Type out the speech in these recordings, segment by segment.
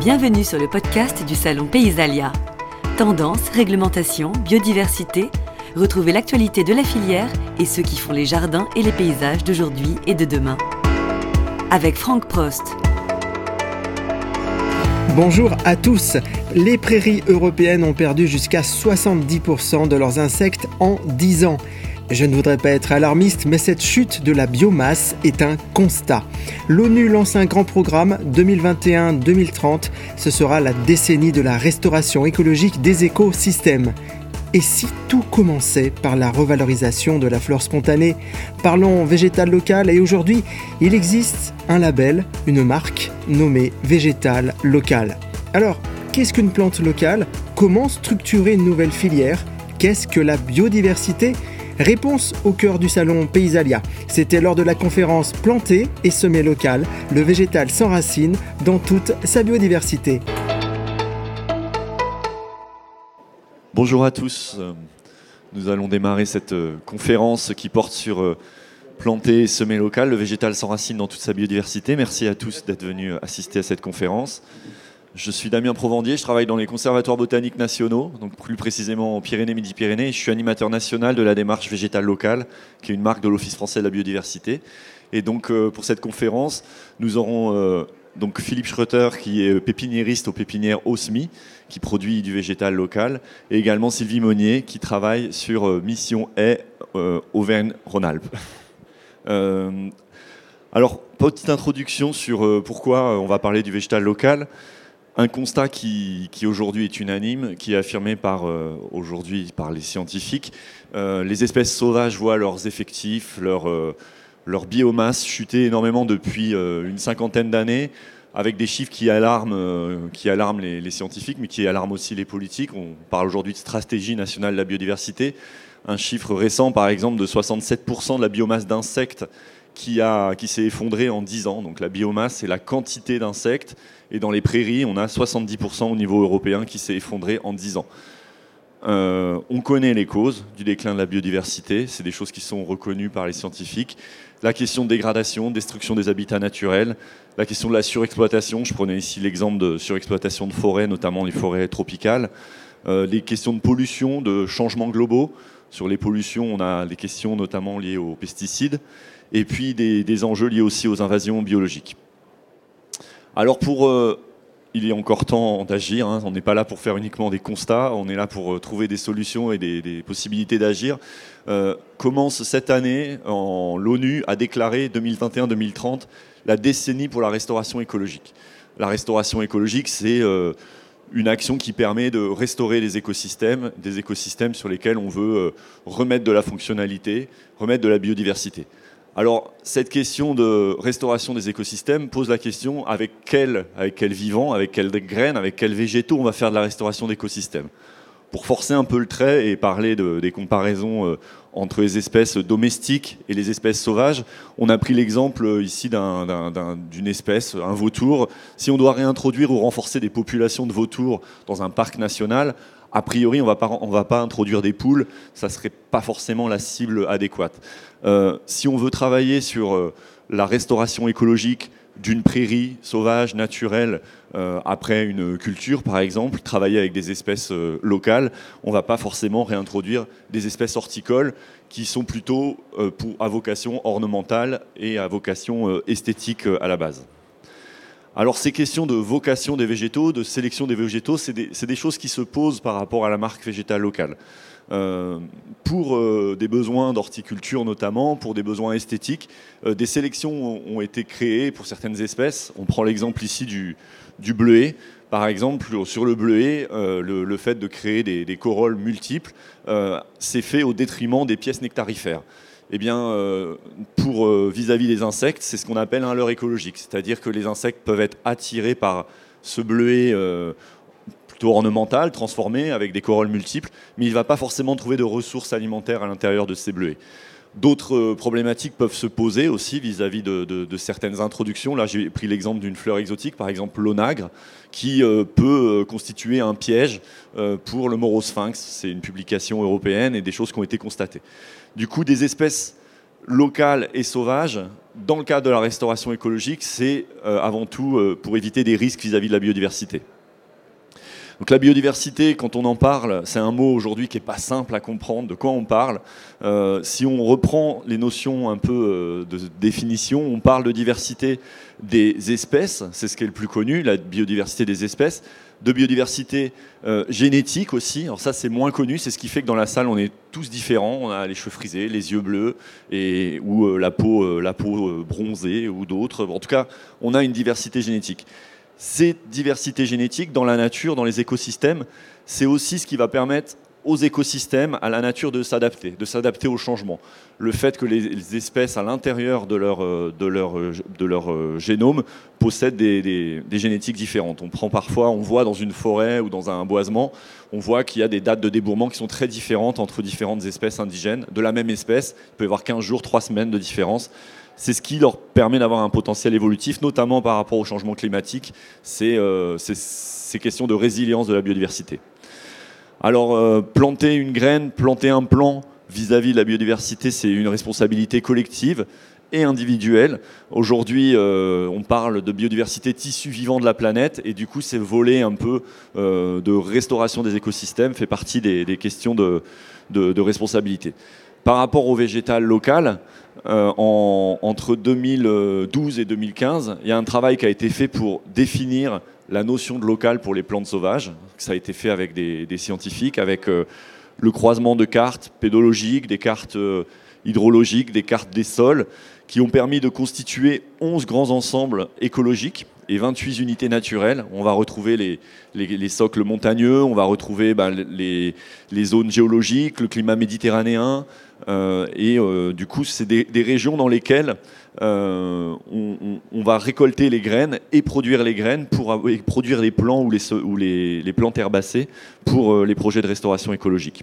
Bienvenue sur le podcast du Salon Paysalia. Tendances, réglementation, biodiversité, retrouvez l'actualité de la filière et ceux qui font les jardins et les paysages d'aujourd'hui et de demain. Avec Franck Prost. Bonjour à tous. Les prairies européennes ont perdu jusqu'à 70% de leurs insectes en 10 ans. Je ne voudrais pas être alarmiste, mais cette chute de la biomasse est un constat. L'ONU lance un grand programme 2021-2030. Ce sera la décennie de la restauration écologique des écosystèmes. Et si tout commençait par la revalorisation de la flore spontanée? Parlons végétal local et aujourd'hui, il existe un label, une marque nommée Végétal Local. Alors, qu'est-ce qu'une plante locale? Comment structurer une nouvelle filière? Qu'est-ce que la biodiversité? Réponse au cœur du salon Paysalia. C'était lors de la conférence Planter et semer local, le végétal sans racines dans toute sa biodiversité. Bonjour à tous. Nous allons démarrer cette conférence qui porte sur Planter et semer local, le végétal sans racines dans toute sa biodiversité. Merci à tous d'être venus assister à cette conférence. Je suis Damien Provandier, je travaille dans les conservatoires botaniques nationaux, donc plus précisément en Pyrénées-Midi-Pyrénées. Je suis animateur national de la démarche végétale locale, qui est une marque de l'Office français de la biodiversité. Et donc pour cette conférence, nous aurons donc Philippe Schroeter, qui est pépiniériste aux pépinières Osmi, qui produit du végétal local, et également Sylvie Monnier, qui travaille sur Mission Haie Auvergne-Rhône-Alpes. Alors, petite introduction sur pourquoi on va parler du végétal local. Un constat qui aujourd'hui est unanime, qui est affirmé aujourd'hui par les scientifiques. Les espèces sauvages voient leurs effectifs, leur biomasse chuter énormément depuis une cinquantaine d'années, avec des chiffres qui alarment les scientifiques, mais qui alarment aussi les politiques. On parle aujourd'hui de stratégie nationale de la biodiversité. Un chiffre récent, par exemple, de 67% de la biomasse d'insectes qui s'est effondrée en 10 ans. Donc la biomasse, c'est la quantité d'insectes. Et dans les prairies, on a 70% au niveau européen qui s'est effondré en 10 ans. On connaît les causes du déclin de la biodiversité. C'est des choses qui sont reconnues par les scientifiques. La question de dégradation, destruction des habitats naturels. La question de la surexploitation. Je prenais ici l'exemple de surexploitation de forêts, notamment les forêts tropicales. Les questions de pollution, de changements globaux. Sur les pollutions, on a des questions notamment liées aux pesticides. Et puis des enjeux liés aussi aux invasions biologiques. Alors il est encore temps d'agir, hein. On n'est pas là pour faire uniquement des constats, on est là pour trouver des solutions et des possibilités d'agir. Commence cette année, l'ONU a déclaré 2021-2030 la décennie pour la restauration écologique. La restauration écologique, c'est une action qui permet de restaurer des écosystèmes sur lesquels on veut remettre de la fonctionnalité, remettre de la biodiversité. Alors, cette question de restauration des écosystèmes pose la question avec quels vivants, avec quelles graines, avec quels végétaux on va faire de la restauration d'écosystèmes. Pour forcer un peu le trait et parler des comparaisons entre les espèces domestiques et les espèces sauvages, on a pris l'exemple ici d'une espèce, un vautour. Si on doit réintroduire ou renforcer des populations de vautours dans un parc national, a priori, on va pas introduire des poules, ça ne serait pas forcément la cible adéquate. Si on veut travailler sur la restauration écologique d'une prairie sauvage, naturelle, après une culture, par exemple, travailler avec des espèces locales, on ne va pas forcément réintroduire des espèces horticoles qui sont plutôt à vocation ornementale et à vocation esthétique à la base. Alors ces questions de vocation des végétaux, de sélection des végétaux, c'est des choses qui se posent par rapport à la marque végétale locale. Pour des besoins d'horticulture notamment, pour des besoins esthétiques, des sélections ont été créées pour certaines espèces. On prend l'exemple ici du bleuet. Par exemple, sur le bleuet, le fait de créer des corolles multiples, c'est fait au détriment des pièces nectarifères. Eh bien, vis-à-vis des insectes, c'est ce qu'on appelle un leurre écologique. C'est-à-dire que les insectes peuvent être attirés par ce bleuet plutôt ornemental, transformé, avec des corolles multiples, mais il ne va pas forcément trouver de ressources alimentaires à l'intérieur de ces bleuets. D'autres problématiques peuvent se poser aussi vis-à-vis de certaines introductions. Là, j'ai pris l'exemple d'une fleur exotique, par exemple l'onagre, qui peut constituer un piège pour le morosphinx. C'est une publication européenne et des choses qui ont été constatées. Du coup, des espèces locales et sauvages dans le cadre de la restauration écologique, c'est avant tout pour éviter des risques vis-à-vis de la biodiversité. Donc la biodiversité, quand on en parle, c'est un mot aujourd'hui qui n'est pas simple à comprendre de quoi on parle. Si on reprend les notions un peu de définition, on parle de diversité des espèces, c'est ce qui est le plus connu, la biodiversité des espèces, de biodiversité génétique aussi. Alors ça, c'est moins connu, c'est ce qui fait que dans la salle, on est tous différents. On a les cheveux frisés, les yeux bleus, ou la peau bronzée ou d'autres. En tout cas, on a une diversité génétique. Cette diversité génétique dans la nature, dans les écosystèmes, c'est aussi ce qui va permettre aux écosystèmes, à la nature de s'adapter au changement. Le fait que les espèces à l'intérieur de leur génome possèdent des génétiques différentes. On voit dans une forêt ou dans un boisement, on voit qu'il y a des dates de débourrement qui sont très différentes entre différentes espèces indigènes. De la même espèce, il peut y avoir 15 jours, 3 semaines de différence. C'est ce qui leur permet d'avoir un potentiel évolutif, notamment par rapport au changement climatique. C'est ces questions de résilience de la biodiversité. Alors, planter une graine, planter un plant vis-à-vis de la biodiversité, c'est une responsabilité collective et individuelle. Aujourd'hui, on parle de biodiversité tissu vivant de la planète, et du coup, c'est volet un peu de restauration des écosystèmes, fait partie des questions de responsabilité. Par rapport au végétal local, entre 2012 et 2015, il y a un travail qui a été fait pour définir la notion de local pour les plantes sauvages. Ça a été fait avec des scientifiques, avec le croisement de cartes pédologiques, des cartes hydrologiques, des cartes des sols, qui ont permis de constituer 11 grands ensembles écologiques et 28 unités naturelles. On va retrouver les socles montagneux, on va retrouver les zones géologiques, le climat méditerranéen, du coup, c'est des régions dans lesquelles on va récolter les graines et produire les graines pour produire les plants ou les plantes herbacées pour les projets de restauration écologique.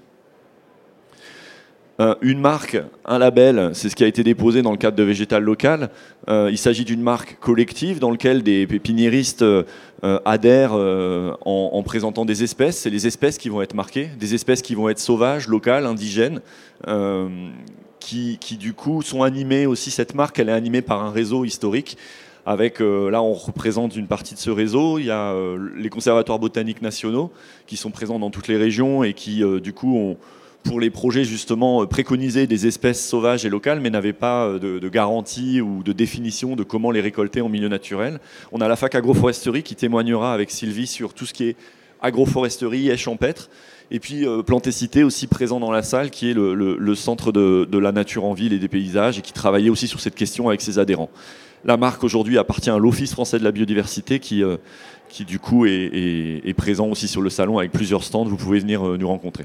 Une marque, un label, c'est ce qui a été déposé dans le cadre de Végétal Local. Il s'agit d'une marque collective dans laquelle des pépiniéristes adhèrent en présentant des espèces. C'est les espèces qui vont être marquées, des espèces qui vont être sauvages, locales, indigènes, qui du coup sont animées aussi. Cette marque, elle est animée par un réseau historique. Avec, là, on représente une partie de ce réseau. Il y a les conservatoires botaniques nationaux qui sont présents dans toutes les régions et qui, du coup, ont pour les projets justement préconiser des espèces sauvages et locales, mais n'avaient pas de garantie ou de définition de comment les récolter en milieu naturel. On a la fac agroforesterie qui témoignera avec Sylvie sur tout ce qui est agroforesterie, haies champêtres, et puis Plantécité aussi présent dans la salle, qui est le centre de la nature en ville et des paysages, et qui travaillait aussi sur cette question avec ses adhérents. La marque aujourd'hui appartient à l'Office français de la biodiversité qui du coup est présent aussi sur le salon avec plusieurs stands. Vous pouvez venir nous rencontrer.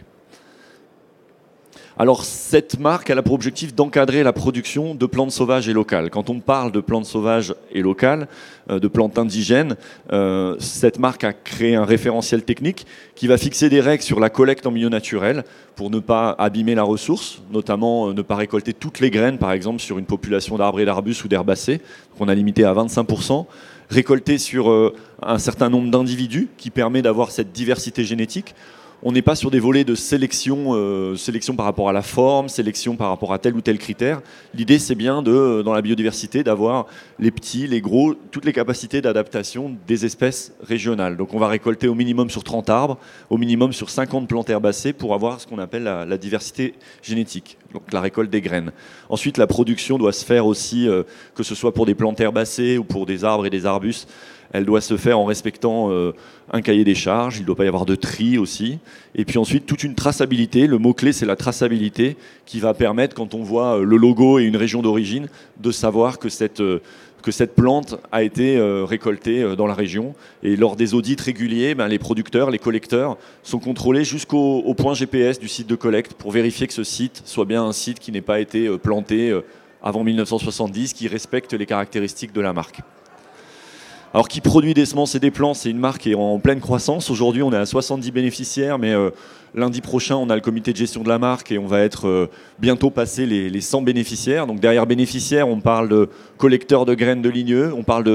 Alors cette marque, elle a pour objectif d'encadrer la production de plantes sauvages et locales. Quand on parle de plantes sauvages et locales, de plantes indigènes, cette marque a créé un référentiel technique qui va fixer des règles sur la collecte en milieu naturel pour ne pas abîmer la ressource, notamment ne pas récolter toutes les graines, par exemple, sur une population d'arbres et d'arbustes ou d'herbacées, qu'on a limité à 25%, récolter sur un certain nombre d'individus qui permet d'avoir cette diversité génétique. On n'est pas sur des volets de sélection par rapport à la forme, sélection par rapport à tel ou tel critère. L'idée, c'est bien, dans la biodiversité, d'avoir les petits, les gros, toutes les capacités d'adaptation des espèces régionales. Donc on va récolter au minimum sur 30 arbres, au minimum sur 50 plantes herbacées pour avoir ce qu'on appelle la diversité génétique, donc la récolte des graines. Ensuite, la production doit se faire aussi, que ce soit pour des plantes herbacées ou pour des arbres et des arbustes, elle doit se faire en respectant un cahier des charges, il ne doit pas y avoir de tri aussi. Et puis ensuite, toute une traçabilité. Le mot-clé, c'est la traçabilité qui va permettre, quand on voit le logo et une région d'origine, de savoir que cette plante a été récoltée dans la région. Et lors des audits réguliers, les producteurs, les collecteurs sont contrôlés jusqu'au point GPS du site de collecte pour vérifier que ce site soit bien un site qui n'ait pas été planté avant 1970, qui respecte les caractéristiques de la marque. Alors, qui produit des semences et des plants, c'est une marque qui est en pleine croissance. Aujourd'hui, on est à 70 bénéficiaires, mais lundi prochain, on a le comité de gestion de la marque et on va être bientôt passé les 100 bénéficiaires. Donc, derrière bénéficiaires, on parle de collecteurs de graines de ligneux, on parle de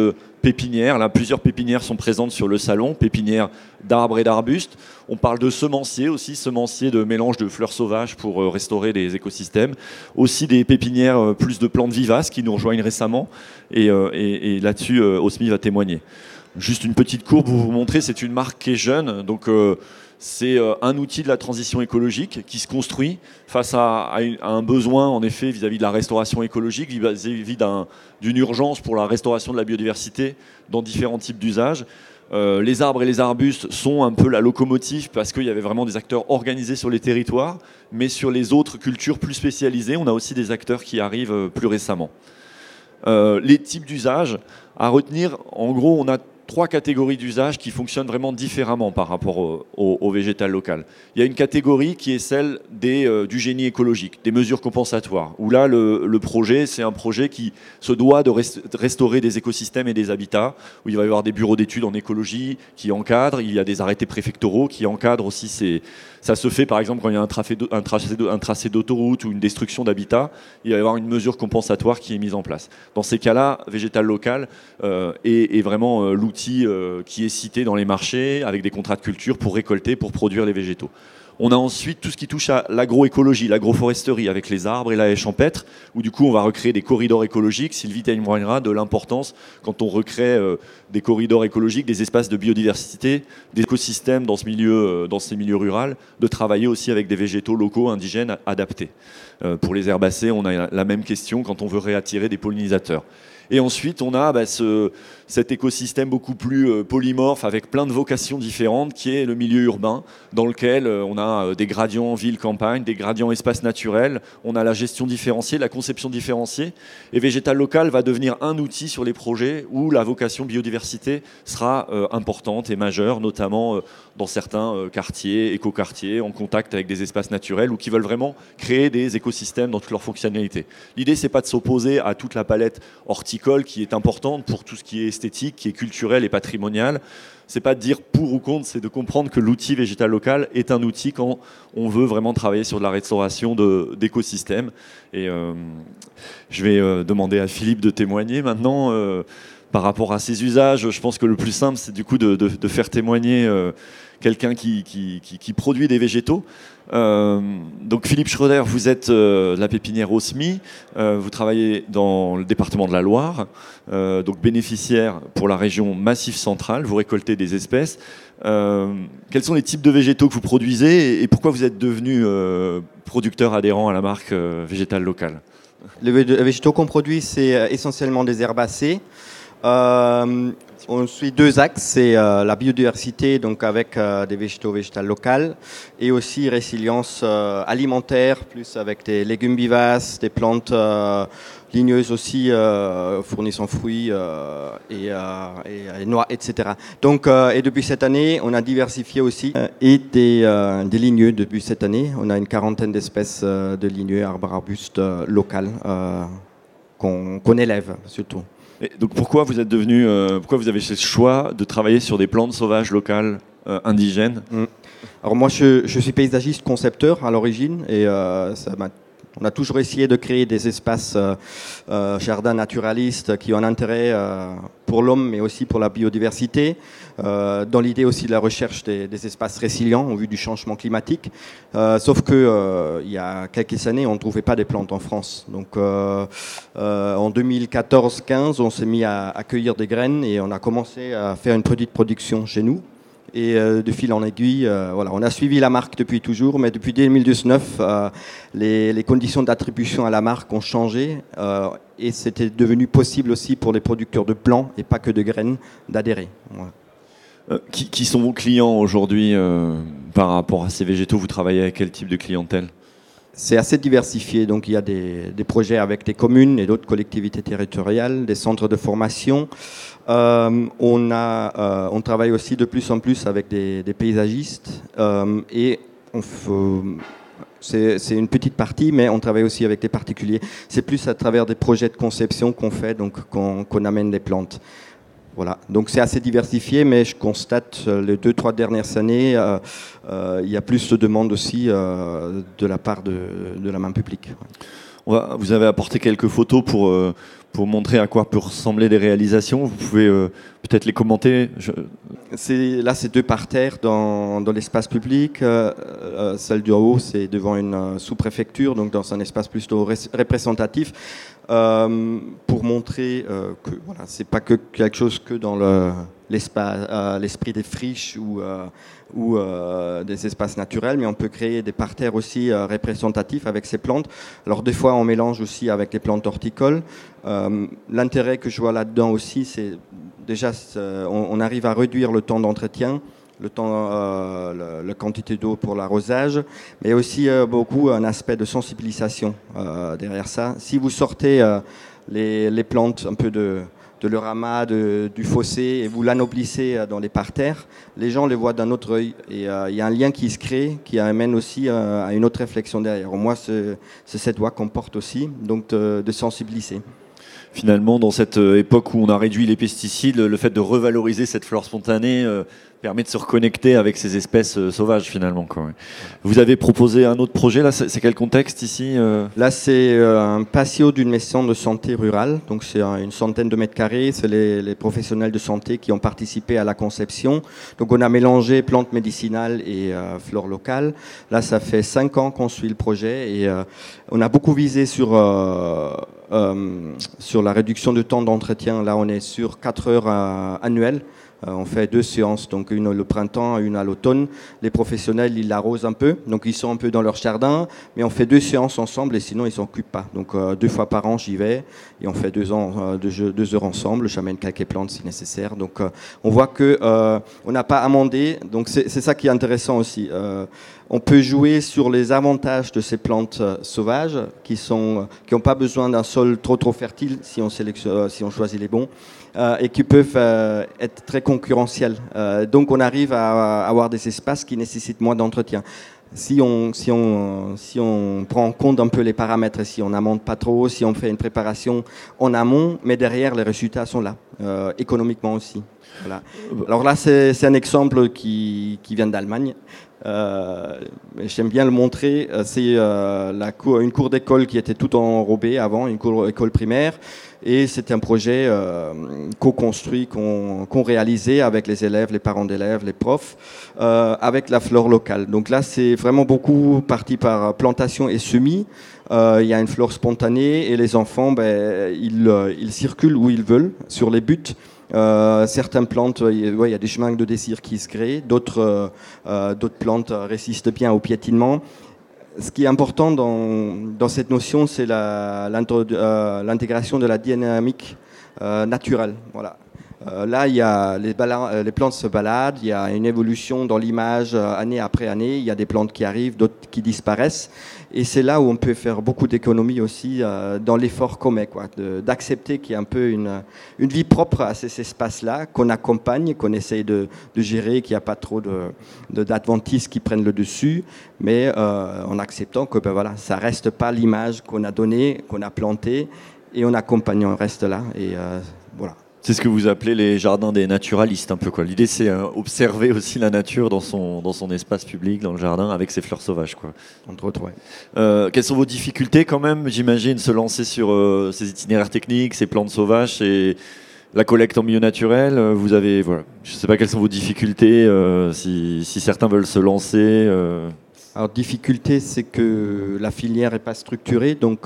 pépinières. Là, plusieurs pépinières sont présentes sur le salon, pépinières d'arbres et d'arbustes. On parle de semenciers aussi, semenciers de mélange de fleurs sauvages pour restaurer les écosystèmes. Aussi des pépinières plus de plantes vivaces qui nous rejoignent récemment. Et là-dessus, Osmi va témoigner. Juste une petite courbe pour vous montrer, c'est une marque qui est jeune. Donc, c'est un outil de la transition écologique qui se construit face à un besoin, en effet, vis-à-vis de la restauration écologique, vis-à-vis d'une urgence pour la restauration de la biodiversité dans différents types d'usages. Les arbres et les arbustes sont un peu la locomotive parce qu'il y avait vraiment des acteurs organisés sur les territoires, mais sur les autres cultures plus spécialisées, on a aussi des acteurs qui arrivent plus récemment. Les types d'usages à retenir, en gros, on a 3 catégories d'usages qui fonctionnent vraiment différemment par rapport au végétal local. Il y a une catégorie qui est celle du génie écologique, des mesures compensatoires, où là, le projet, c'est un projet qui se doit de restaurer des écosystèmes et des habitats, où il va y avoir des bureaux d'études en écologie qui encadrent, il y a des arrêtés préfectoraux qui encadrent aussi ça se fait par exemple quand il y a un tracé d'autoroute ou une destruction d'habitat, il va y avoir une mesure compensatoire qui est mise en place. Dans ces cas-là, végétal local est vraiment l'outil qui est cité dans les marchés avec des contrats de culture pour récolter, pour produire les végétaux. On a ensuite tout ce qui touche à l'agroécologie, l'agroforesterie avec les arbres et la haie champêtre, où du coup on va recréer des corridors écologiques. Sylvie témoignera de l'importance quand on recrée des corridors écologiques, des espaces de biodiversité, des écosystèmes dans ces milieux ruraux, de travailler aussi avec des végétaux locaux, indigènes, adaptés. Pour les herbacées, on a la même question quand on veut réattirer des pollinisateurs. Et ensuite, on a cet écosystème beaucoup plus polymorphe avec plein de vocations différentes qui est le milieu urbain dans lequel on a des gradients ville-campagne, des gradients espaces naturels, on a la gestion différenciée, la conception différenciée. Et végétal local va devenir un outil sur les projets où la vocation biodiversité sera importante et majeure, notamment dans certains quartiers, écoquartiers, en contact avec des espaces naturels ou qui veulent vraiment créer des écosystèmes dans toutes leurs fonctionnalités. L'idée, c'est pas de s'opposer à toute la palette horticole qui est importante pour tout ce qui est esthétique, qui est culturel et patrimonial. C'est pas de dire pour ou contre, c'est de comprendre que l'outil végétal local est un outil quand on veut vraiment travailler sur de la restauration d'écosystèmes. Et je vais demander à Philippe de témoigner maintenant. Par rapport à ces usages, je pense que le plus simple, c'est du coup de faire témoigner quelqu'un qui produit des végétaux. Donc Philippe Schroeder, vous êtes de la pépinière Osmi, vous travaillez dans le département de la Loire, donc bénéficiaire pour la région Massif Central, vous récoltez des espèces. Quels sont les types de végétaux que vous produisez et pourquoi vous êtes devenu producteur adhérent à la marque végétale locale? Les végétaux qu'on produit, c'est essentiellement des herbacées. On suit 2 axes, c'est la biodiversité, donc avec des végétales locales, et aussi résilience alimentaire, plus avec des légumes vivaces, des plantes ligneuses aussi, fournissant fruits et noix, etc. Donc, et depuis cette année, on a diversifié aussi et des ligneux. Depuis cette année, on a une 40aine d'espèces de ligneux, arbres, arbustes locales qu'on élève surtout. Et donc pourquoi vous avez fait ce choix de travailler sur des plantes sauvages locales indigènes? Alors moi je suis paysagiste concepteur à l'origine et on a toujours essayé de créer des espaces jardins naturalistes qui ont un intérêt pour l'homme mais aussi pour la biodiversité, dans l'idée aussi de la recherche des espaces résilients au vu du changement climatique. Sauf que il y a quelques années, on ne trouvait pas des plantes en France. Donc en 2014-15, on s'est mis à accueillir des graines et on a commencé à faire une petite production chez nous. Et de fil en aiguille, voilà, on a suivi la marque depuis toujours, mais depuis 2019, les conditions d'attribution à la marque ont changé et c'était devenu possible aussi pour les producteurs de plants et pas que de graines d'adhérer. Voilà. Qui sont vos clients aujourd'hui par rapport à ces végétaux? Vous travaillez avec quel type de clientèle? C'est assez diversifié, donc il y a des projets avec des communes et d'autres collectivités territoriales, des centres de formation. On travaille aussi de plus en plus avec des paysagistes et c'est une petite partie, mais on travaille aussi avec des particuliers. C'est plus à travers des projets de conception qu'on fait, donc qu'on amène des plantes. Voilà, donc c'est assez diversifié, mais je constate les 2-3 dernières années, il y a plus de demandes aussi de la part de la main publique. Vous avez apporté quelques photos pour montrer à quoi peuvent ressembler des réalisations. Vous pouvez peut-être les commenter. Là, c'est 2 parterres dans l'espace public. Celle du haut, c'est devant une sous-préfecture, donc dans un espace plutôt représentatif, pour montrer que voilà, c'est pas que quelque chose que dans l'esprit des friches ou des espaces naturels, mais on peut créer des parterres aussi représentatifs avec ces plantes. Alors des fois, on mélange aussi avec les plantes horticoles. L'intérêt que je vois là-dedans aussi, c'est déjà, on arrive à réduire le temps d'entretien, la quantité d'eau pour l'arrosage, mais aussi beaucoup un aspect de sensibilisation derrière ça. Si vous sortez les plantes un peu de leur amas, du fossé, et vous l'anoblissez dans les parterres, les gens les voient d'un autre œil. Et il y a un lien qui se crée, qui amène aussi à une autre réflexion derrière. Moi, c'est cette voie qu'on porte aussi, donc de sensibiliser. Finalement, dans cette époque où on a réduit les pesticides, le fait de revaloriser cette flore spontanée permet de se reconnecter avec ces espèces sauvages finalement, quoi. Vous avez proposé un autre projet, là, c'est quel contexte ici Là, c'est un patio d'une maison de santé rurale, donc c'est une centaine de mètres carrés, c'est les professionnels de santé qui ont participé à la conception. Donc on a mélangé plantes médicinales et flore locale. Là, ça fait 5 ans qu'on suit le projet et on a beaucoup visé sur la réduction de temps d'entretien. Là, on est sur 4 heures annuelles. On fait 2 séances, donc une le printemps, une à l'automne. Les professionnels, ils l'arrosent un peu, donc ils sont un peu dans leur jardin, mais on fait 2 séances ensemble et sinon ils ne s'occupent pas. Donc 2 fois par an, j'y vais et on fait 2 heures ensemble. J'amène quelques plantes si nécessaire. Donc on voit que on n'a pas amendé. Donc c'est ça qui est intéressant aussi. On peut jouer sur les avantages de ces plantes sauvages qui n'ont pas besoin d'un sol trop fertile si on choisit les bons. Et qui peuvent être très concurrentiels. Donc on arrive à avoir des espaces qui nécessitent moins d'entretien. Si on prend en compte un peu les paramètres, si on n'amende pas trop, si on fait une préparation en amont, mais derrière les résultats sont là, économiquement aussi. Voilà. Alors là c'est un exemple qui vient d'Allemagne. J'aime bien le montrer. C'est une cour d'école qui était tout enrobée avant, une cour école primaire. Et c'était un projet co-construit, qu'on réalisait avec les élèves, les parents d'élèves, les profs, avec la flore locale. Donc là, c'est vraiment beaucoup parti par plantation et semis. Il y a une flore spontanée et les enfants, ils circulent où ils veulent, sur les buttes. Certaines plantes, il y a des chemins de désir qui se créent, d'autres plantes résistent bien au piétinement. Ce qui est important dans cette notion, c'est l'intégration de la dynamique naturelle. Voilà. Là, il y a les plantes se baladent, il y a une évolution dans l'image année après année. Il y a des plantes qui arrivent, d'autres qui disparaissent. Et c'est là où on peut faire beaucoup d'économies aussi dans l'effort qu'on met, d'accepter qu'il y a un peu une vie propre à ces espaces-là, qu'on accompagne, qu'on essaye de gérer, qu'il n'y a pas trop d'adventistes qui prennent le dessus, mais en acceptant que ça reste pas l'image qu'on a donnée, qu'on a plantée, et en accompagnant, on reste là. Et voilà. C'est ce que vous appelez les jardins des naturalistes, un peu, quoi. L'idée, c'est observer aussi la nature dans son espace public, dans le jardin, avec ses fleurs sauvages, quoi. Entre autres, ouais. Quelles sont vos difficultés, quand même, j'imagine, se lancer sur ces itinéraires techniques, ces plantes sauvages et la collecte en milieu naturel. Vous avez, voilà, je ne sais pas quelles sont vos difficultés, si certains veulent se lancer. Alors, difficulté, c'est que la filière n'est pas structurée, donc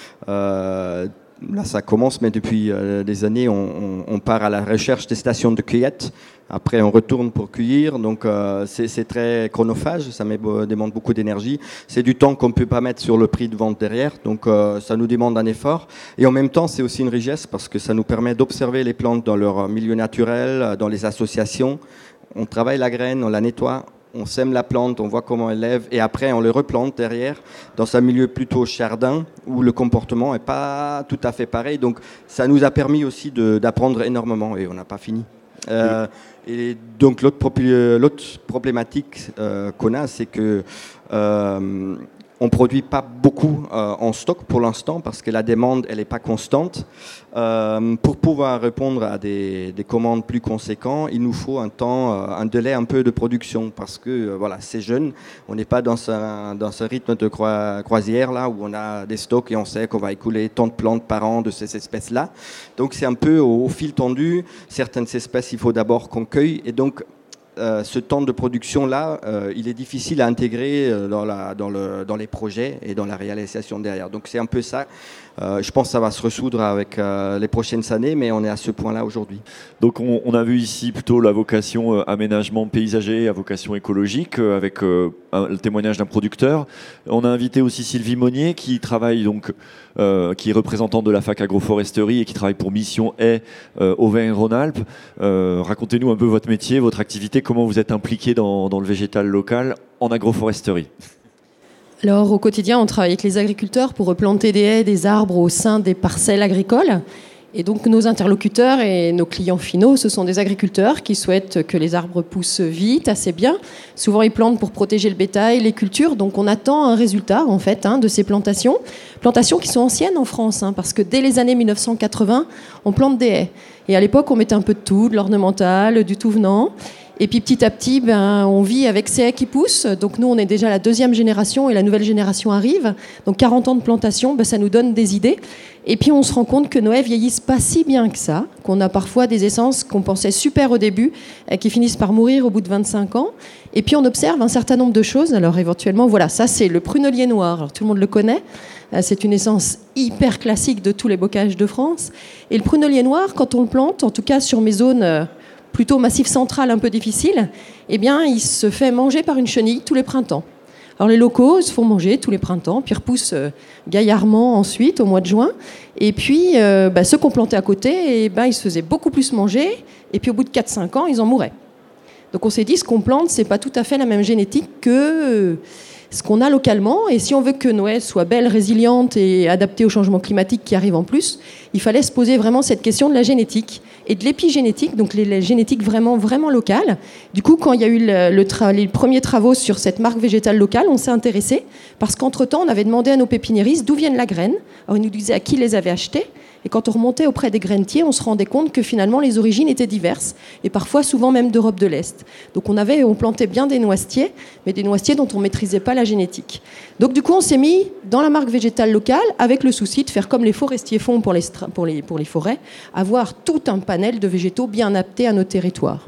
là, ça commence, mais depuis des années, on part à la recherche des stations de cueillette. Après, on retourne pour cueillir. Donc, c'est très chronophage. Ça demande beaucoup d'énergie. C'est du temps qu'on ne peut pas mettre sur le prix de vente derrière. Donc, ça nous demande un effort. Et en même temps, c'est aussi une richesse parce que ça nous permet d'observer les plantes dans leur milieu naturel, dans les associations. On travaille la graine, on la nettoie. On sème la plante, on voit comment elle lève, et après on le replante derrière dans un milieu plutôt jardin où le comportement n'est pas tout à fait pareil. Donc ça nous a permis aussi d'apprendre énormément et on n'a pas fini. Et donc l'autre problématique qu'on a, c'est que on ne produit pas beaucoup en stock pour l'instant parce que la demande elle n'est pas constante. Pour pouvoir répondre à des commandes plus conséquentes, il nous faut un délai un peu de production parce que voilà, c'est jeune. On n'est pas dans ce rythme de croisière là où on a des stocks et on sait qu'on va écouler tant de plantes par an de ces espèces-là. Donc c'est un peu au fil tendu. Certaines espèces, il faut d'abord qu'on cueille et donc ce temps de production-là, il est difficile à intégrer dans les projets et dans la réalisation derrière. Donc c'est un peu ça. Je pense que ça va se ressoudre avec les prochaines années, mais on est à ce point-là aujourd'hui. Donc on a vu ici plutôt la vocation aménagement paysager à vocation écologique avec le témoignage d'un producteur. On a invité aussi Sylvie Monnier qui travaille donc, qui est représentante de la fac agroforesterie et qui travaille pour Mission Haies Auvergne-Rhône-Alpes. Racontez-nous un peu votre métier, votre activité, comment vous êtes impliqué dans le végétal local en agroforesterie. Alors, au quotidien, on travaille avec les agriculteurs pour replanter des haies, des arbres au sein des parcelles agricoles. Et donc, nos interlocuteurs et nos clients finaux, ce sont des agriculteurs qui souhaitent que les arbres poussent vite, assez bien. Souvent, ils plantent pour protéger le bétail, les cultures. Donc, on attend un résultat, en fait, de ces plantations. Plantations qui sont anciennes en France, parce que dès les années 1980, on plante des haies. Et à l'époque, on mettait un peu de tout, de l'ornemental, du tout venant. Et puis petit à petit, on vit avec ces haies qui poussent. Donc nous, on est déjà la deuxième génération et la nouvelle génération arrive. Donc 40 ans de plantation, ça nous donne des idées. Et puis on se rend compte que nos haies vieillissent pas si bien que ça, qu'on a parfois des essences qu'on pensait super au début, qui finissent par mourir au bout de 25 ans. Et puis on observe un certain nombre de choses. Alors éventuellement, voilà, ça c'est le prunelier noir. Alors, tout le monde le connaît. C'est une essence hyper classique de tous les bocages de France. Et le prunelier noir, quand on le plante, en tout cas sur mes zones plutôt massif central un peu difficile, eh bien, il se fait manger par une chenille tous les printemps. Alors les locaux se font manger tous les printemps, puis repoussent gaillardement ensuite au mois de juin. Et puis ceux qu'on plantait à côté, ils se faisaient beaucoup plus manger. Et puis au bout de 4-5 ans, ils en mouraient. Donc on s'est dit, ce qu'on plante, c'est pas tout à fait la même génétique que ce qu'on a localement. Et si on veut que nos haies soient belles, résilientes et adaptées au changement climatique qui arrive en plus, il fallait se poser vraiment cette question de la génétique et de l'épigénétique, donc les génétiques vraiment, vraiment locales. Du coup, quand il y a eu les premiers travaux sur cette marque végétale locale, on s'est intéressé parce qu'entre-temps, on avait demandé à nos pépiniéristes d'où viennent la graine. Alors, ils nous disaient à qui les avait achetées. Et quand on remontait auprès des grainetiers, on se rendait compte que finalement les origines étaient diverses et parfois souvent même d'Europe de l'Est. Donc on plantait bien des noisetiers, mais des noisetiers dont on ne maîtrisait pas la génétique. Donc du coup on s'est mis dans la marque végétale locale avec le souci de faire comme les forestiers font pour les forêts, avoir tout un panel de végétaux bien adaptés à nos territoires.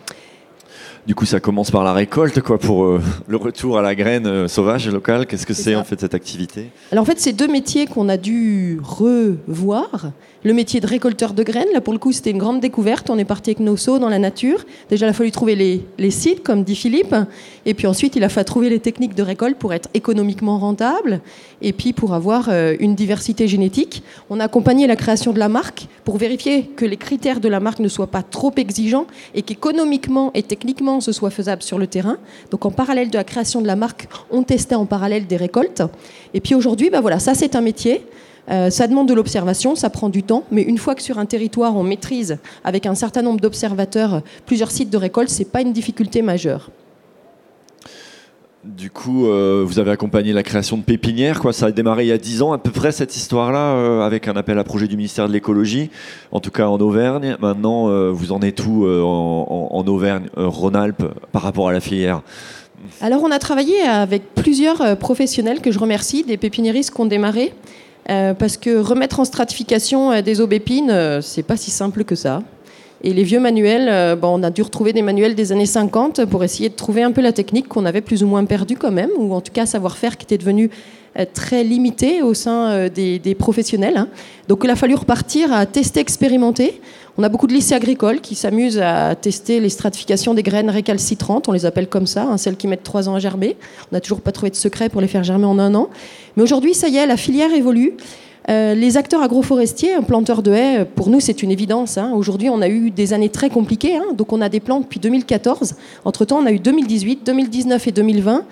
Du coup, ça commence par la récolte, pour le retour à la graine sauvage locale. Qu'est-ce que c'est en fait cette activité ? Alors en fait, c'est deux métiers qu'on a dû revoir. Le métier de récolteur de graines, là pour le coup, c'était une grande découverte. On est parti avec nos seaux dans la nature. Déjà, il a fallu trouver les sites, comme dit Philippe. Et puis ensuite, il a fallu trouver les techniques de récolte pour être économiquement rentable. Et puis pour avoir une diversité génétique. On a accompagné la création de la marque pour vérifier que les critères de la marque ne soient pas trop exigeants et qu'économiquement et techniquement, ce soit faisable sur le terrain. Donc en parallèle de la création de la marque, on testait en parallèle des récoltes. Et puis aujourd'hui, ça c'est un métier. Ça demande de l'observation, ça prend du temps, mais une fois que sur un territoire on maîtrise avec un certain nombre d'observateurs plusieurs sites de récolte, c'est pas une difficulté majeure. Du coup, vous avez accompagné la création de pépinières, Ça a démarré il y a 10 ans à peu près cette histoire-là, avec un appel à projet du ministère de l'écologie, en tout cas en Auvergne. Maintenant, vous en êtes où en Auvergne, Rhône-Alpes, par rapport à la filière ? Alors on a travaillé avec plusieurs professionnels que je remercie, des pépiniéristes qui ont démarré. Parce que remettre en stratification des aubépines, c'est pas si simple que ça. Et les vieux manuels, on a dû retrouver des manuels des années 50 pour essayer de trouver un peu la technique qu'on avait plus ou moins perdue quand même, ou en tout cas un savoir-faire qui était devenu très limité au sein des professionnels. Donc il a fallu repartir à tester, expérimenter. On a beaucoup de lycées agricoles qui s'amusent à tester les stratifications des graines récalcitrantes, on les appelle comme ça, celles qui mettent 3 ans à germer. On n'a toujours pas trouvé de secret pour les faire germer en 1 an. Mais aujourd'hui, ça y est, la filière évolue. Les acteurs agroforestiers, planteurs de haies, pour nous c'est une évidence. Aujourd'hui on a eu des années très compliquées, donc on a des plans depuis 2014. Entre-temps on a eu 2018, 2019 et 2020.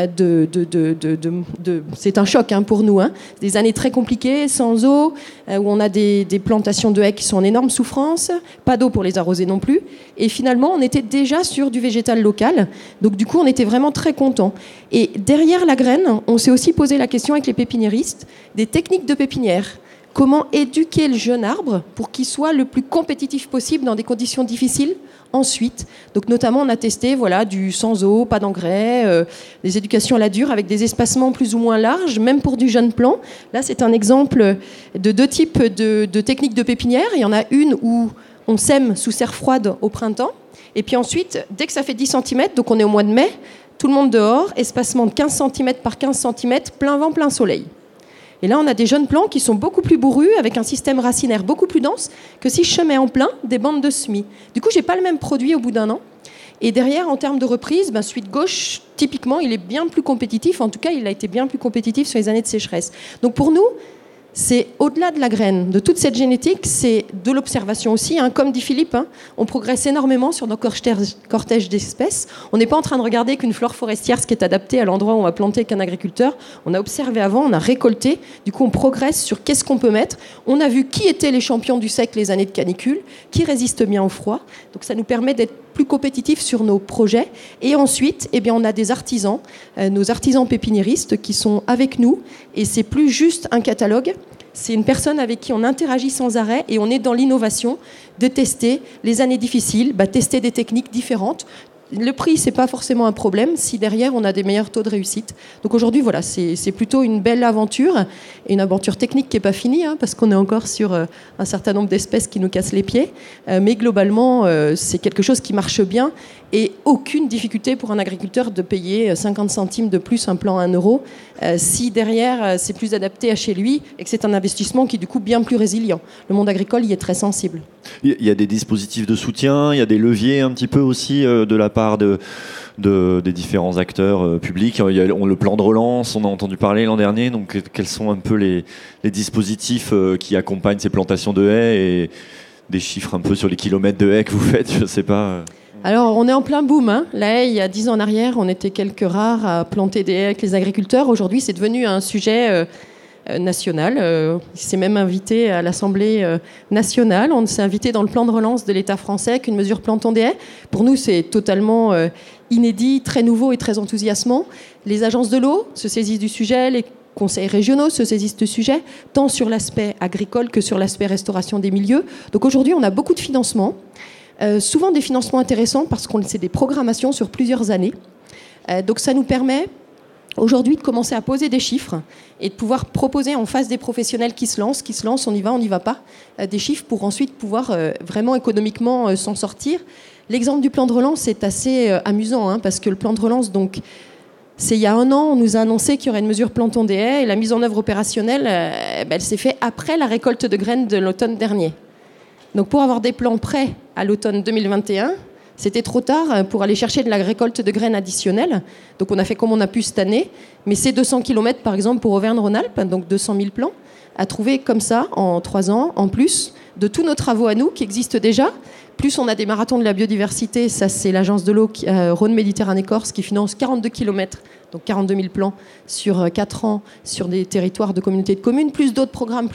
C'est un choc pour nous. Des années très compliquées, sans eau, où on a des plantations de haies qui sont en énorme souffrance, pas d'eau pour les arroser non plus. Et finalement on était déjà sur du végétal local. Donc du coup on était vraiment très contents. Et derrière la graine, on s'est aussi posé la question avec les pépiniéristes des techniques de pépinière. Comment éduquer le jeune arbre pour qu'il soit le plus compétitif possible dans des conditions difficiles ensuite. Donc notamment on a testé du sans eau, pas d'engrais, des éducations à la dure avec des espacements plus ou moins larges, même pour du jeune plant. Là c'est un exemple de 2 types de techniques de pépinière. Il y en a une où on sème sous serre froide au printemps et puis ensuite dès que ça fait 10 cm, donc on est au mois de mai, tout le monde dehors, espacement de 15 cm par 15 cm, plein vent, plein soleil. Et là, on a des jeunes plants qui sont beaucoup plus bourrus, avec un système racinaire beaucoup plus dense que si je semais en plein des bandes de semis. Du coup, je n'ai pas le même produit au bout d'un an. Et derrière, en termes de reprise, celui de gauche, typiquement, il est bien plus compétitif. En tout cas, il a été bien plus compétitif sur les années de sécheresse. Donc pour nous, c'est au-delà de la graine, de toute cette génétique, c'est de l'observation aussi. Comme dit Philippe, on progresse énormément sur nos cortèges d'espèces. On n'est pas en train de regarder qu'une flore forestière, ce qui est adapté à l'endroit où on va planter qu'un agriculteur. On a observé avant, on a récolté. Du coup, on progresse sur qu'est-ce qu'on peut mettre. On a vu qui étaient les champions du siècle les années de canicule, qui résistent bien au froid. Donc ça nous permet d'être plus compétitifs sur nos projets. Et ensuite, on a des artisans, nos artisans pépiniéristes qui sont avec nous. Et c'est plus juste un catalogue. C'est une personne avec qui on interagit sans arrêt et on est dans l'innovation de tester les années difficiles, tester des techniques différentes. Le prix, c'est pas forcément un problème si derrière on a des meilleurs taux de réussite. Donc aujourd'hui, c'est plutôt une belle aventure et une aventure technique qui n'est pas finie parce qu'on est encore sur un certain nombre d'espèces qui nous cassent les pieds. Mais globalement, c'est quelque chose qui marche bien et aucune difficulté pour un agriculteur de payer 50 centimes de plus un plan à 1 euro si derrière c'est plus adapté à chez lui et que c'est un investissement qui est du coup bien plus résilient. Le monde agricole y est très sensible. Il y a des dispositifs de soutien, il y a des leviers un petit peu aussi de la part des différents acteurs publics. Il y a le plan de relance, on a entendu parler l'an dernier. Donc quels sont un peu les dispositifs qui accompagnent ces plantations de haies et des chiffres un peu sur les kilomètres de haies que vous faites, je ne sais pas. Alors, on est en plein boom. La haie, il y a 10 ans en arrière, on était quelques rares à planter des haies avec les agriculteurs. Aujourd'hui, c'est devenu un sujet national. Il s'est même invité à l'Assemblée nationale. On s'est invité dans le plan de relance de l'État français avec une mesure plantons des haies. Pour nous, c'est totalement inédit, très nouveau et très enthousiasmant. Les agences de l'eau se saisissent du sujet, les conseils régionaux se saisissent du sujet, tant sur l'aspect agricole que sur l'aspect restauration des milieux. Donc aujourd'hui, on a beaucoup de financements. Souvent des financements intéressants parce qu'on c'est des programmations sur plusieurs années. Donc ça nous permet aujourd'hui de commencer à poser des chiffres et de pouvoir proposer en face des professionnels qui se lancent, on y va, on n'y va pas, des chiffres pour ensuite pouvoir vraiment économiquement s'en sortir. L'exemple du plan de relance est assez amusant parce que le plan de relance, donc, c'est il y a 1 an, on nous a annoncé qu'il y aurait une mesure plantons des haies et la mise en œuvre opérationnelle, elle s'est faite après la récolte de graines de l'automne dernier. Donc pour avoir des plans prêts à l'automne 2021, c'était trop tard pour aller chercher de la récolte de graines additionnelles. Donc on a fait comme on a pu cette année. Mais c'est 200 km par exemple pour Auvergne-Rhône-Alpes, donc 200 000 plants, à trouver comme ça en 3 ans, en plus de tous nos travaux à nous qui existent déjà. Plus on a des marathons de la biodiversité, ça c'est l'agence de l'eau Rhône-Méditerranée-Corse qui finance 42 km, donc 42 000 plans sur 4 ans sur des territoires de communautés de communes, plus d'autres programmes.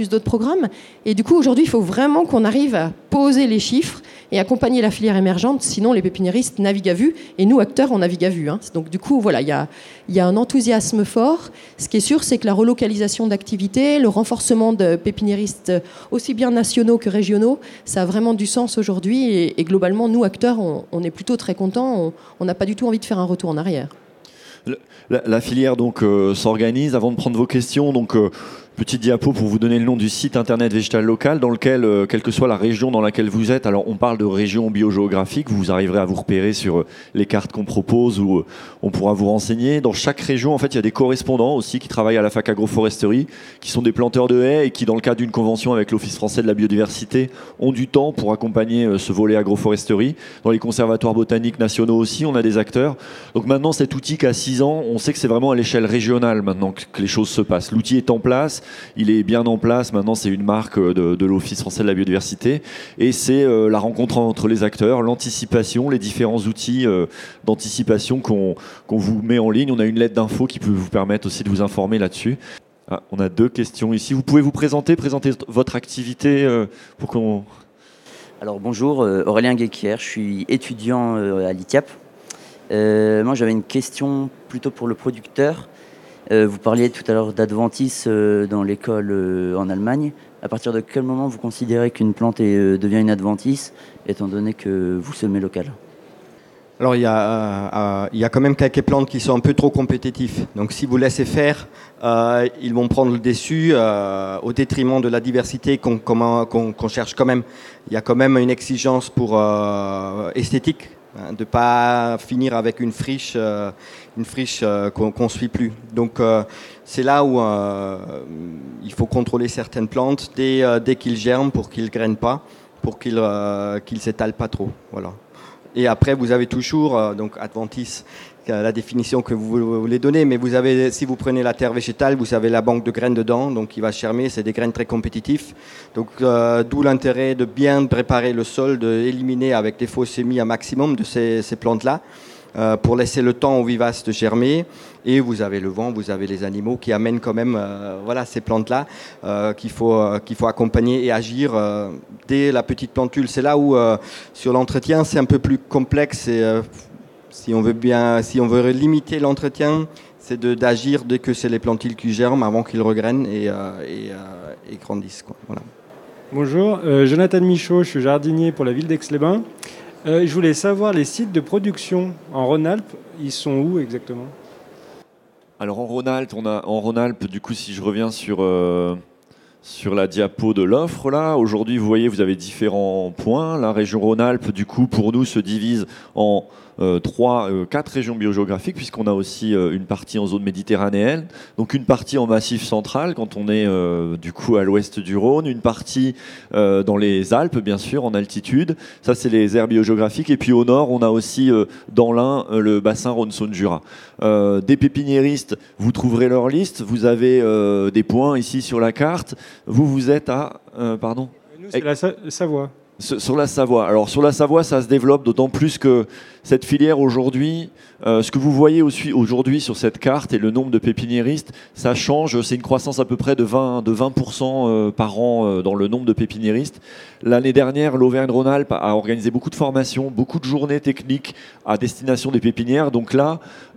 Et du coup aujourd'hui il faut vraiment qu'on arrive à poser les chiffres et accompagner la filière émergente, sinon les pépiniéristes naviguent à vue et nous acteurs on navigue à vue. Donc du coup voilà, il y a un enthousiasme fort. Ce qui est sûr c'est que la relocalisation d'activités, le renforcement de pépiniéristes aussi bien nationaux que régionaux, ça a vraiment du sens aujourd'hui. Et globalement, nous, acteurs, on est plutôt très contents. On n'a pas du tout envie de faire un retour en arrière. La filière donc s'organise. Avant de prendre vos questions, donc petite diapo pour vous donner le nom du site internet végétal local dans lequel, quelle que soit la région dans laquelle vous êtes, alors on parle de région biogéographique, vous arriverez à vous repérer sur les cartes qu'on propose où on pourra vous renseigner. Dans chaque région, en fait, il y a des correspondants aussi qui travaillent à la fac agroforesterie, qui sont des planteurs de haies et qui, dans le cadre d'une convention avec l'Office français de la biodiversité, ont du temps pour accompagner ce volet agroforesterie. Dans les conservatoires botaniques nationaux aussi, on a des acteurs. Donc maintenant, cet outil qui a 6 ans, on sait que c'est vraiment à l'échelle régionale maintenant que les choses se passent. L'outil est en place. place. Il est bien en place. Maintenant, c'est une marque de l'Office français de la biodiversité. Et c'est la rencontre entre les acteurs, l'anticipation, les différents outils d'anticipation qu'on vous met en ligne. On a une lettre d'info qui peut vous permettre aussi de vous informer là-dessus. Ah, on a 2 questions ici. Vous pouvez vous présenter votre activité pour qu'on... Alors bonjour, Aurélien Guéquière, je suis étudiant à l'ITIAP. Moi j'avais une question plutôt pour le producteur. Vous parliez tout à l'heure d'Adventis dans l'école en Allemagne. À partir de quel moment vous considérez qu'une plante devient une Adventis, étant donné que vous semez local ? Alors il y a quand même quelques plantes qui sont un peu trop compétitifs. Donc si vous laissez faire, ils vont prendre le dessus au détriment de la diversité qu'on cherche quand même. Il y a quand même une exigence pour esthétique, hein, de ne pas finir avec une friche qu'on ne suit plus. Donc c'est là où il faut contrôler certaines plantes dès qu'ils germent pour qu'ils ne grainent pas, pour qu'ils ne s'étalent pas trop. Voilà. Et après, vous avez toujours, donc Adventis, la définition que vous voulez donner, mais vous avez, si vous prenez la terre végétale, vous avez la banque de graines dedans, donc qui va germer, c'est des graines très compétitifs. Donc d'où l'intérêt de bien préparer le sol, d'éliminer avec des faux semis un maximum de ces plantes-là, pour laisser le temps aux vivaces de germer. Et vous avez le vent, vous avez les animaux qui amènent quand même ces plantes-là qu'il faut accompagner et agir dès la petite plantule. C'est là où sur l'entretien c'est un peu plus complexe. Et, si on veut limiter l'entretien, c'est d'agir dès que c'est les plantules qui germent avant qu'ils regrainent et grandissent, quoi. Voilà. Bonjour, Jonathan Michaud, je suis jardinier pour la ville d'Aix-les-Bains. Je voulais savoir, les sites de production en Rhône-Alpes, ils sont où exactement ? Alors en Rhône-Alpes, du coup, si je reviens sur la diapo de l'offre, là, aujourd'hui, vous voyez, vous avez différents points. La région Rhône-Alpes, du coup, pour nous, se divise en 4 régions biogéographiques, puisqu'on a aussi une partie en zone méditerranéenne, donc une partie en massif central, quand on est du coup à l'ouest du Rhône, une partie dans les Alpes, bien sûr, en altitude. Ça, c'est les aires biogéographiques. Et puis au nord, on a aussi dans l'Ain le bassin Rhône-Saône-Jura. Des pépiniéristes, vous trouverez leur liste. Vous avez des points ici sur la carte. Vous êtes à... pardon ? Nous, c'est la Savoie. Sur la Savoie. Alors sur la Savoie, ça se développe d'autant plus que cette filière aujourd'hui, ce que vous voyez aujourd'hui sur cette carte et le nombre de pépiniéristes, ça change. C'est une croissance à peu près de 20% par an dans le nombre de pépiniéristes. L'année dernière, l'Auvergne-Rhône-Alpes a organisé beaucoup de formations, beaucoup de journées techniques à destination des pépinières. Donc là,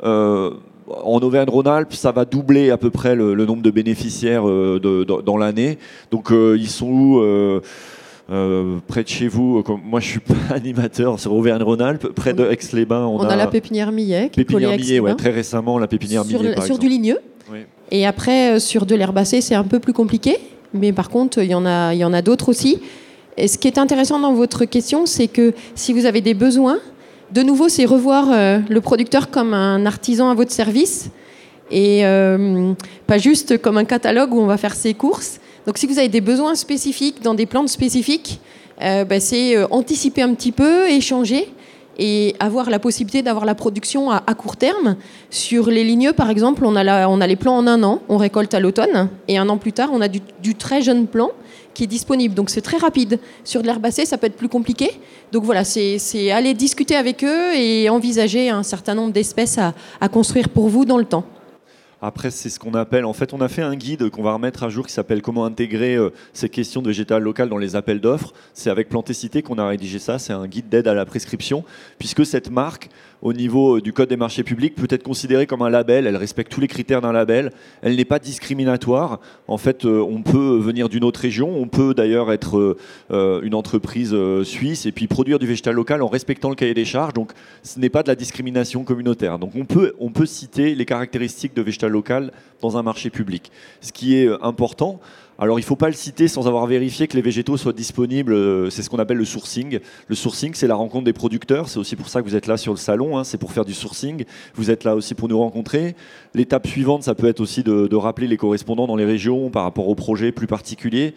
en Auvergne-Rhône-Alpes, ça va doubler à peu près le nombre de bénéficiaires dans l'année. Donc ils sont où près de chez vous, moi je suis pas animateur sur Auvergne-Rhône-Alpes, près de Aix-les-Bains, on a la pépinière Millet. Pépinière Millet, ouais, très récemment la pépinière Millet par exemple. Sur du ligneux. Oui. Et après sur de l'herbacée, c'est un peu plus compliqué, mais par contre il y en a d'autres aussi. Et ce qui est intéressant dans votre question, c'est que si vous avez des besoins, de nouveau c'est revoir le producteur comme un artisan à votre service et pas juste comme un catalogue où on va faire ses courses. Donc si vous avez des besoins spécifiques dans des plantes spécifiques, c'est anticiper un petit peu, échanger et avoir la possibilité d'avoir la production à court terme. Sur les ligneux, par exemple, on a les plants en 1 an, on récolte à l'automne, et 1 an plus tard, on a du très jeune plant qui est disponible. Donc c'est très rapide. Sur de l'herbacée, ça peut être plus compliqué. Donc voilà, c'est aller discuter avec eux et envisager un certain nombre d'espèces à construire pour vous dans le temps. Après, c'est ce qu'on appelle, en fait, on a fait un guide qu'on va remettre à jour qui s'appelle Comment intégrer ces questions de végétal local dans les appels d'offres. C'est avec Plantécité qu'on a rédigé ça. C'est un guide d'aide à la prescription, puisque cette marque, au niveau du Code des marchés publics, peut être considérée comme un label. Elle respecte tous les critères d'un label. Elle n'est pas discriminatoire. En fait, on peut venir d'une autre région. On peut d'ailleurs être une entreprise suisse et puis produire du végétal local en respectant le cahier des charges. Donc, ce n'est pas de la discrimination communautaire. Donc, on peut citer les caractéristiques de végétal local dans un marché public. Ce qui est important. Alors, il ne faut pas le citer sans avoir vérifié que les végétaux soient disponibles. C'est ce qu'on appelle le sourcing. Le sourcing, c'est la rencontre des producteurs. C'est aussi pour ça que vous êtes là sur le salon. C'est pour faire du sourcing. Vous êtes là aussi pour nous rencontrer. L'étape suivante, ça peut être aussi de rappeler les correspondants dans les régions par rapport aux projets plus particuliers.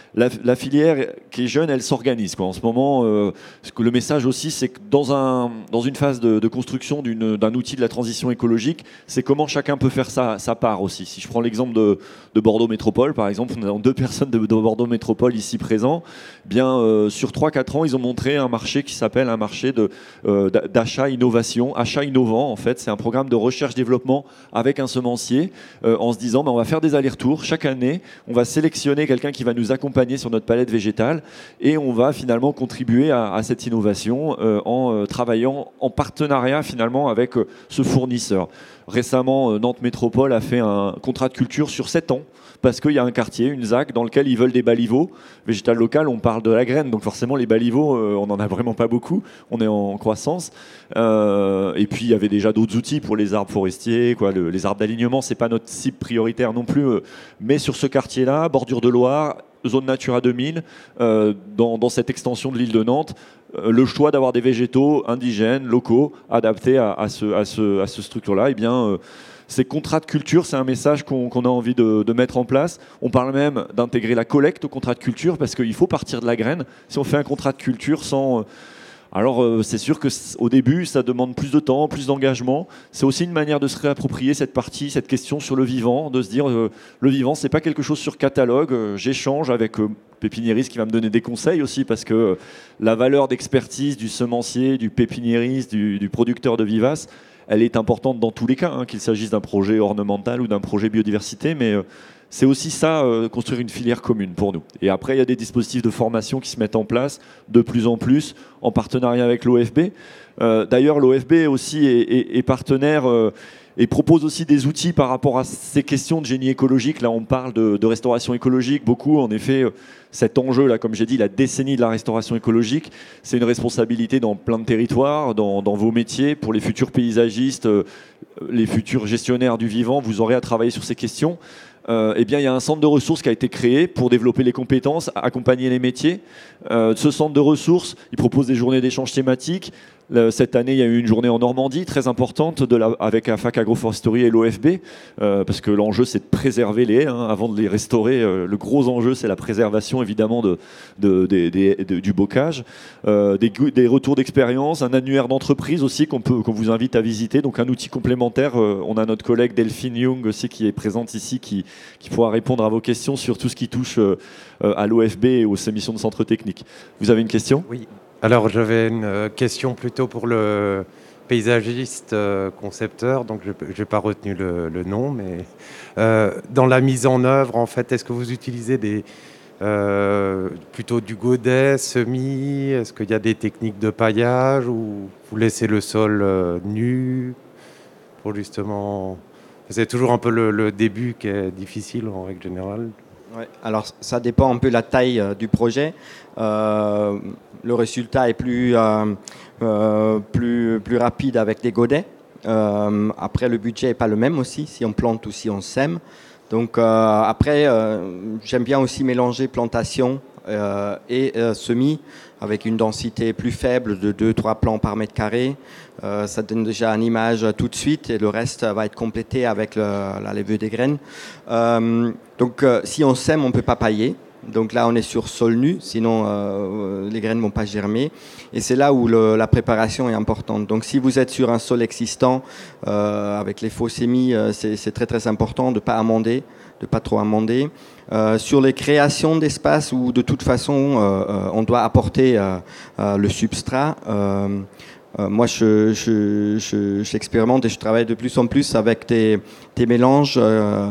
la filière qui est jeune, elle s'organise, quoi. En ce moment, le message aussi, c'est que dans une phase de construction d'un outil de la transition écologique, c'est comment chacun peut faire sa part aussi. Si je prends l'exemple de Bordeaux Métropole, par exemple, on a 2 personnes de Bordeaux Métropole ici présents. Bien, sur 3-4 ans, ils ont montré un marché qui s'appelle un marché d'achat innovation, achat innovant. En fait, c'est un programme de recherche-développement avec un semencier, en se disant, on va faire des allers-retours chaque année. On va sélectionner quelqu'un qui va nous accompagner sur notre palette végétale et on va finalement contribuer à cette innovation en travaillant en partenariat finalement avec ce fournisseur. Récemment, Nantes Métropole a fait un contrat de culture sur 7 ans parce qu'il y a un quartier, une ZAC, dans lequel ils veulent des baliveaux. Végétal local, on parle de la graine, donc forcément les baliveaux, on n'en a vraiment pas beaucoup, on est en croissance. Et puis il y avait déjà d'autres outils pour les arbres forestiers, les arbres d'alignement, c'est pas notre cible prioritaire non plus, mais sur ce quartier-là, bordure de Loire, zone Natura 2000, dans cette extension de l'île de Nantes, le choix d'avoir des végétaux indigènes, locaux, adaptés à ce structure-là, ces contrats de culture, c'est un message qu'on a envie de mettre en place. On parle même d'intégrer la collecte au contrat de culture parce qu'il faut partir de la graine. Si on fait un contrat de culture sans... Alors c'est sûr qu'au début, ça demande plus de temps, plus d'engagement. C'est aussi une manière de se réapproprier cette question sur le vivant, de se dire le vivant, c'est pas quelque chose sur catalogue. J'échange avec pépiniériste qui va me donner des conseils aussi parce que la valeur d'expertise du semencier, du pépiniériste, du producteur de vivaces, elle est importante dans tous les cas, qu'il s'agisse d'un projet ornemental ou d'un projet biodiversité, mais c'est aussi ça, construire une filière commune pour nous. Et après, il y a des dispositifs de formation qui se mettent en place de plus en plus en partenariat avec l'OFB. D'ailleurs, l'OFB aussi est partenaire et propose aussi des outils par rapport à ces questions de génie écologique. Là, on parle de restauration écologique beaucoup. En effet, cet enjeu-là, comme j'ai dit, la décennie de la restauration écologique, c'est une responsabilité dans plein de territoires, dans vos métiers. Pour les futurs paysagistes, les futurs gestionnaires du vivant, vous aurez à travailler sur ces questions. Il y a un centre de ressources qui a été créé pour développer les compétences, accompagner les métiers. Ce centre de ressources, il propose des journées d'échange thématiques. Cette année, il y a eu une journée en Normandie très importante avec la fac agroforesterie et l'OFB, parce que l'enjeu, c'est de préserver les haies avant de les restaurer. Le gros enjeu, c'est la préservation, évidemment, du bocage. Des retours d'expérience, un annuaire d'entreprise aussi qu'on vous invite à visiter, donc un outil complémentaire. On a notre collègue Delphine Young aussi qui est présente ici, qui pourra répondre à vos questions sur tout ce qui touche à l'OFB et aux émissions de centre technique. Vous avez une question ? Oui. Alors j'avais une question plutôt pour le paysagiste concepteur, donc je n'ai pas retenu le nom, mais dans la mise en œuvre, en fait, est-ce que vous utilisez plutôt du godet, semis ? Est-ce qu'il y a des techniques de paillage ou vous laissez le sol nu pour justement... C'est toujours un peu le début qui est difficile en règle générale. Ouais, alors ça dépend un peu de la taille du projet. Le résultat est plus rapide avec des godets. Après, le budget n'est pas le même aussi, si on plante ou si on sème. Donc après, j'aime bien aussi mélanger plantation et semis avec une densité plus faible de 2-3 plants par mètre carré. Ça donne déjà une image tout de suite et le reste va être complété avec la levure des graines. Donc si on sème, on ne peut pas pailler. Donc là, on est sur sol nu, sinon les graines ne vont pas germer. Et c'est là où la préparation est importante. Donc si vous êtes sur un sol existant, avec les faux semis, c'est très très important de ne pas amender, de pas trop amender. Sur les créations d'espace où de toute façon on doit apporter le substrat, moi j'expérimente et je travaille de plus en plus avec des mélanges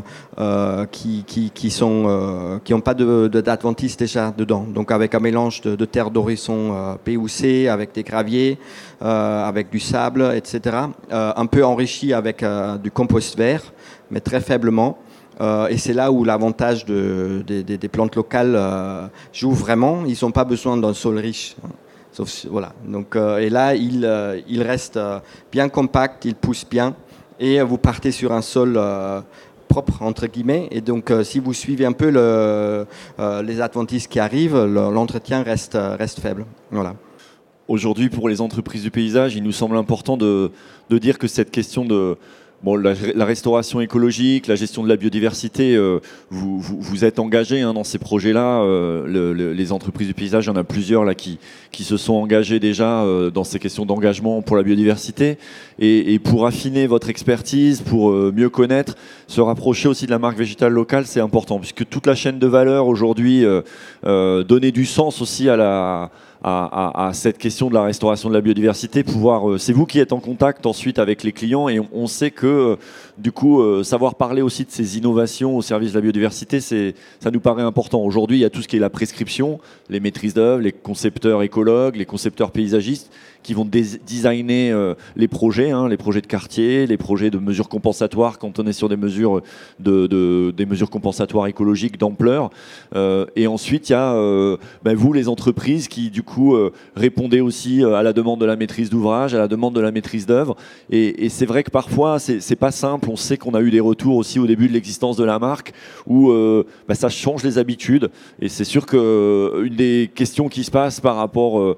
qui n'ont pas d'adventice déjà dedans. Donc avec un mélange de terre d'horizon POC, avec des graviers, avec du sable, etc. Un peu enrichi avec du compost vert, mais très faiblement. Et c'est là où l'avantage des plantes locales joue vraiment. Ils n'ont pas besoin d'un sol riche. Voilà. Donc, et là, il reste bien compact, il pousse bien. Et vous partez sur un sol propre, entre guillemets. Et donc, si vous suivez un peu les adventices qui arrivent, l'entretien reste faible. Voilà. Aujourd'hui, pour les entreprises du paysage, il nous semble important de dire que cette question Bon, la restauration écologique, la gestion de la biodiversité, vous êtes engagés dans ces projets-là. Les entreprises du paysage, il y en a plusieurs là qui se sont engagées déjà dans ces questions d'engagement pour la biodiversité. Et pour affiner votre expertise, pour mieux connaître, se rapprocher aussi de la marque végétale locale, c'est important, puisque toute la chaîne de valeur aujourd'hui, donner du sens aussi à cette question de la restauration de la biodiversité, c'est vous qui êtes en contact ensuite avec les clients, et on sait que du coup savoir parler aussi de ces innovations au service de la biodiversité, ça nous paraît important. Aujourd'hui, il y a tout ce qui est la prescription, les maîtrises d'œuvre, les concepteurs écologues, les concepteurs paysagistes qui vont designer les projets de quartier, les projets de mesures compensatoires quand on est sur des mesures des mesures compensatoires écologiques d'ampleur. Et ensuite, il y a vous, les entreprises, qui du coup répondez aussi à la demande de la maîtrise d'ouvrage, à la demande de la maîtrise d'œuvre. Et c'est vrai que parfois, c'est pas simple. On sait qu'on a eu des retours aussi au début de l'existence de la marque où ça change les habitudes. Et c'est sûr qu'une des questions qui se passe par rapport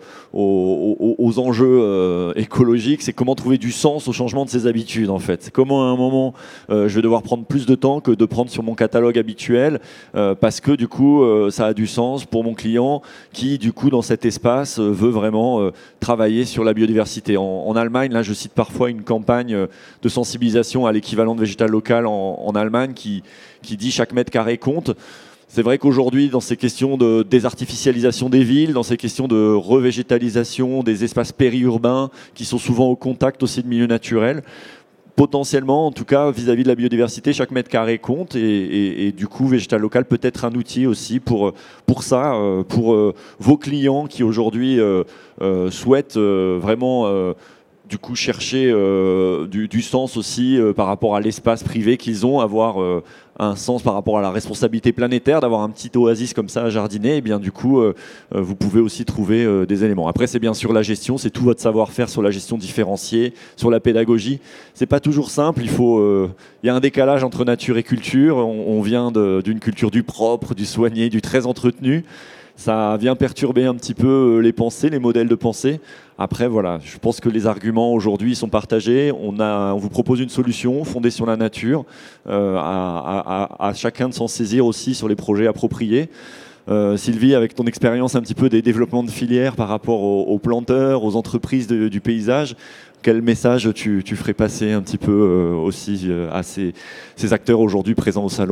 aux enjeux écologiques, c'est comment trouver du sens au changement de ses habitudes, en fait. C'est comment à un moment je vais devoir prendre plus de temps que de prendre sur mon catalogue habituel parce que du coup ça a du sens pour mon client qui du coup dans cet espace veut vraiment travailler sur la biodiversité. En Allemagne, là je cite parfois une campagne de sensibilisation à l'équivalent de végétal local en Allemagne qui dit chaque mètre carré compte. C'est vrai qu'aujourd'hui, dans ces questions de désartificialisation des villes, dans ces questions de revégétalisation des espaces périurbains qui sont souvent au contact aussi de milieux naturels, potentiellement, en tout cas, vis-à-vis de la biodiversité, chaque mètre carré compte et du coup, végétal local peut être un outil aussi pour ça, pour vos clients qui aujourd'hui souhaitent vraiment du coup chercher du sens aussi par rapport à l'espace privé qu'ils ont, avoir un sens par rapport à la responsabilité planétaire, d'avoir un petit oasis comme ça à jardiner, et bien du coup vous pouvez aussi trouver des éléments. Après, c'est bien sûr la gestion, c'est tout votre savoir-faire sur la gestion différenciée, sur la pédagogie. C'est pas toujours simple, il y a un décalage entre nature et culture. On vient d'une culture du propre, du soigné, du très entretenu. Ça vient perturber un petit peu les pensées, les modèles de pensée. Après, voilà, je pense que les arguments aujourd'hui sont partagés. On vous propose une solution fondée sur la nature, à chacun de s'en saisir aussi sur les projets appropriés. Sylvie, avec ton expérience un petit peu des développements de filières par rapport aux planteurs, aux entreprises du paysage, quel message tu ferais passer un petit peu aussi à ces acteurs aujourd'hui présents au salon ?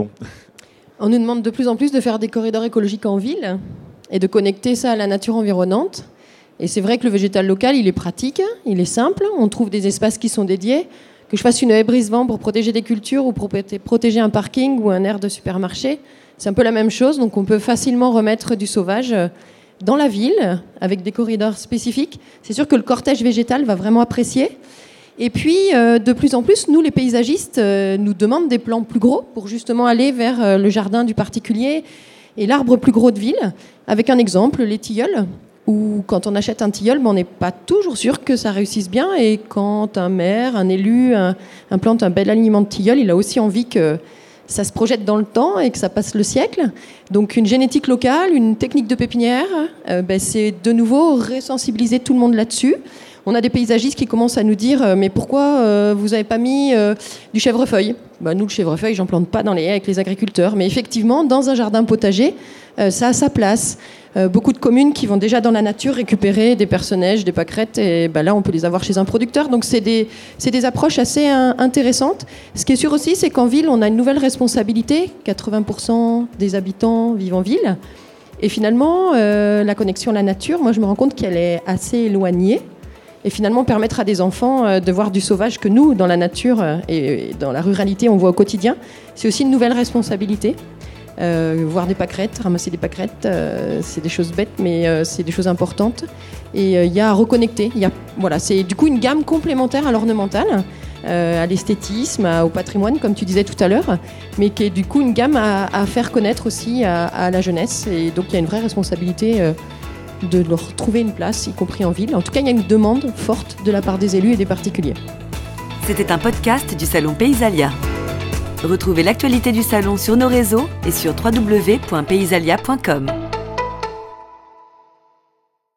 On nous demande de plus en plus de faire des corridors écologiques en ville et de connecter ça à la nature environnante. Et c'est vrai que le végétal local, il est pratique, il est simple. On trouve des espaces qui sont dédiés. Que je fasse une haie brise-vent pour protéger des cultures ou pour protéger un parking ou un aire de supermarché, c'est un peu la même chose. Donc on peut facilement remettre du sauvage dans la ville avec des corridors spécifiques. C'est sûr que le cortège végétal va vraiment apprécier. Et puis, de plus en plus, nous, les paysagistes, nous demandent des plans plus gros pour justement aller vers le jardin du particulier et l'arbre plus gros de ville. Avec un exemple, les tilleuls, où quand on achète un tilleul, on n'est pas toujours sûr que ça réussisse bien. Et quand un maire, un élu, implante un bel aliment de tilleul, il a aussi envie que ça se projette dans le temps et que ça passe le siècle. Donc une génétique locale, une technique de pépinière, c'est de nouveau resensibiliser tout le monde là-dessus. On a des paysagistes qui commencent à nous dire mais pourquoi vous n'avez pas mis du chèvrefeuille ? Nous, le chèvrefeuille, j'en plante pas dans les haies avec les agriculteurs. Mais effectivement, dans un jardin potager, ça a sa place. Beaucoup de communes qui vont déjà dans la nature récupérer des perce-neige, des pâquerettes, et là, on peut les avoir chez un producteur. Donc, c'est des approches assez intéressantes. Ce qui est sûr aussi, c'est qu'en ville, on a une nouvelle responsabilité. 80% des habitants vivent en ville. Et finalement, la connexion à la nature, moi, je me rends compte qu'elle est assez éloignée. Et finalement, permettre à des enfants de voir du sauvage que nous, dans la nature et dans la ruralité, on voit au quotidien, c'est aussi une nouvelle responsabilité. Voir des pâquerettes, ramasser des pâquerettes, c'est des choses bêtes, mais c'est des choses importantes. Et il y a à reconnecter. C'est du coup une gamme complémentaire à l'ornemental, à l'esthétisme, au patrimoine, comme tu disais tout à l'heure, mais qui est du coup une gamme à faire connaître aussi à la jeunesse. Et donc il y a une vraie responsabilité de leur trouver une place, y compris en ville. En tout cas, il y a une demande forte de la part des élus et des particuliers. C'était un podcast du Salon Paysalia. Retrouvez l'actualité du salon sur nos réseaux et sur www.paysalia.com.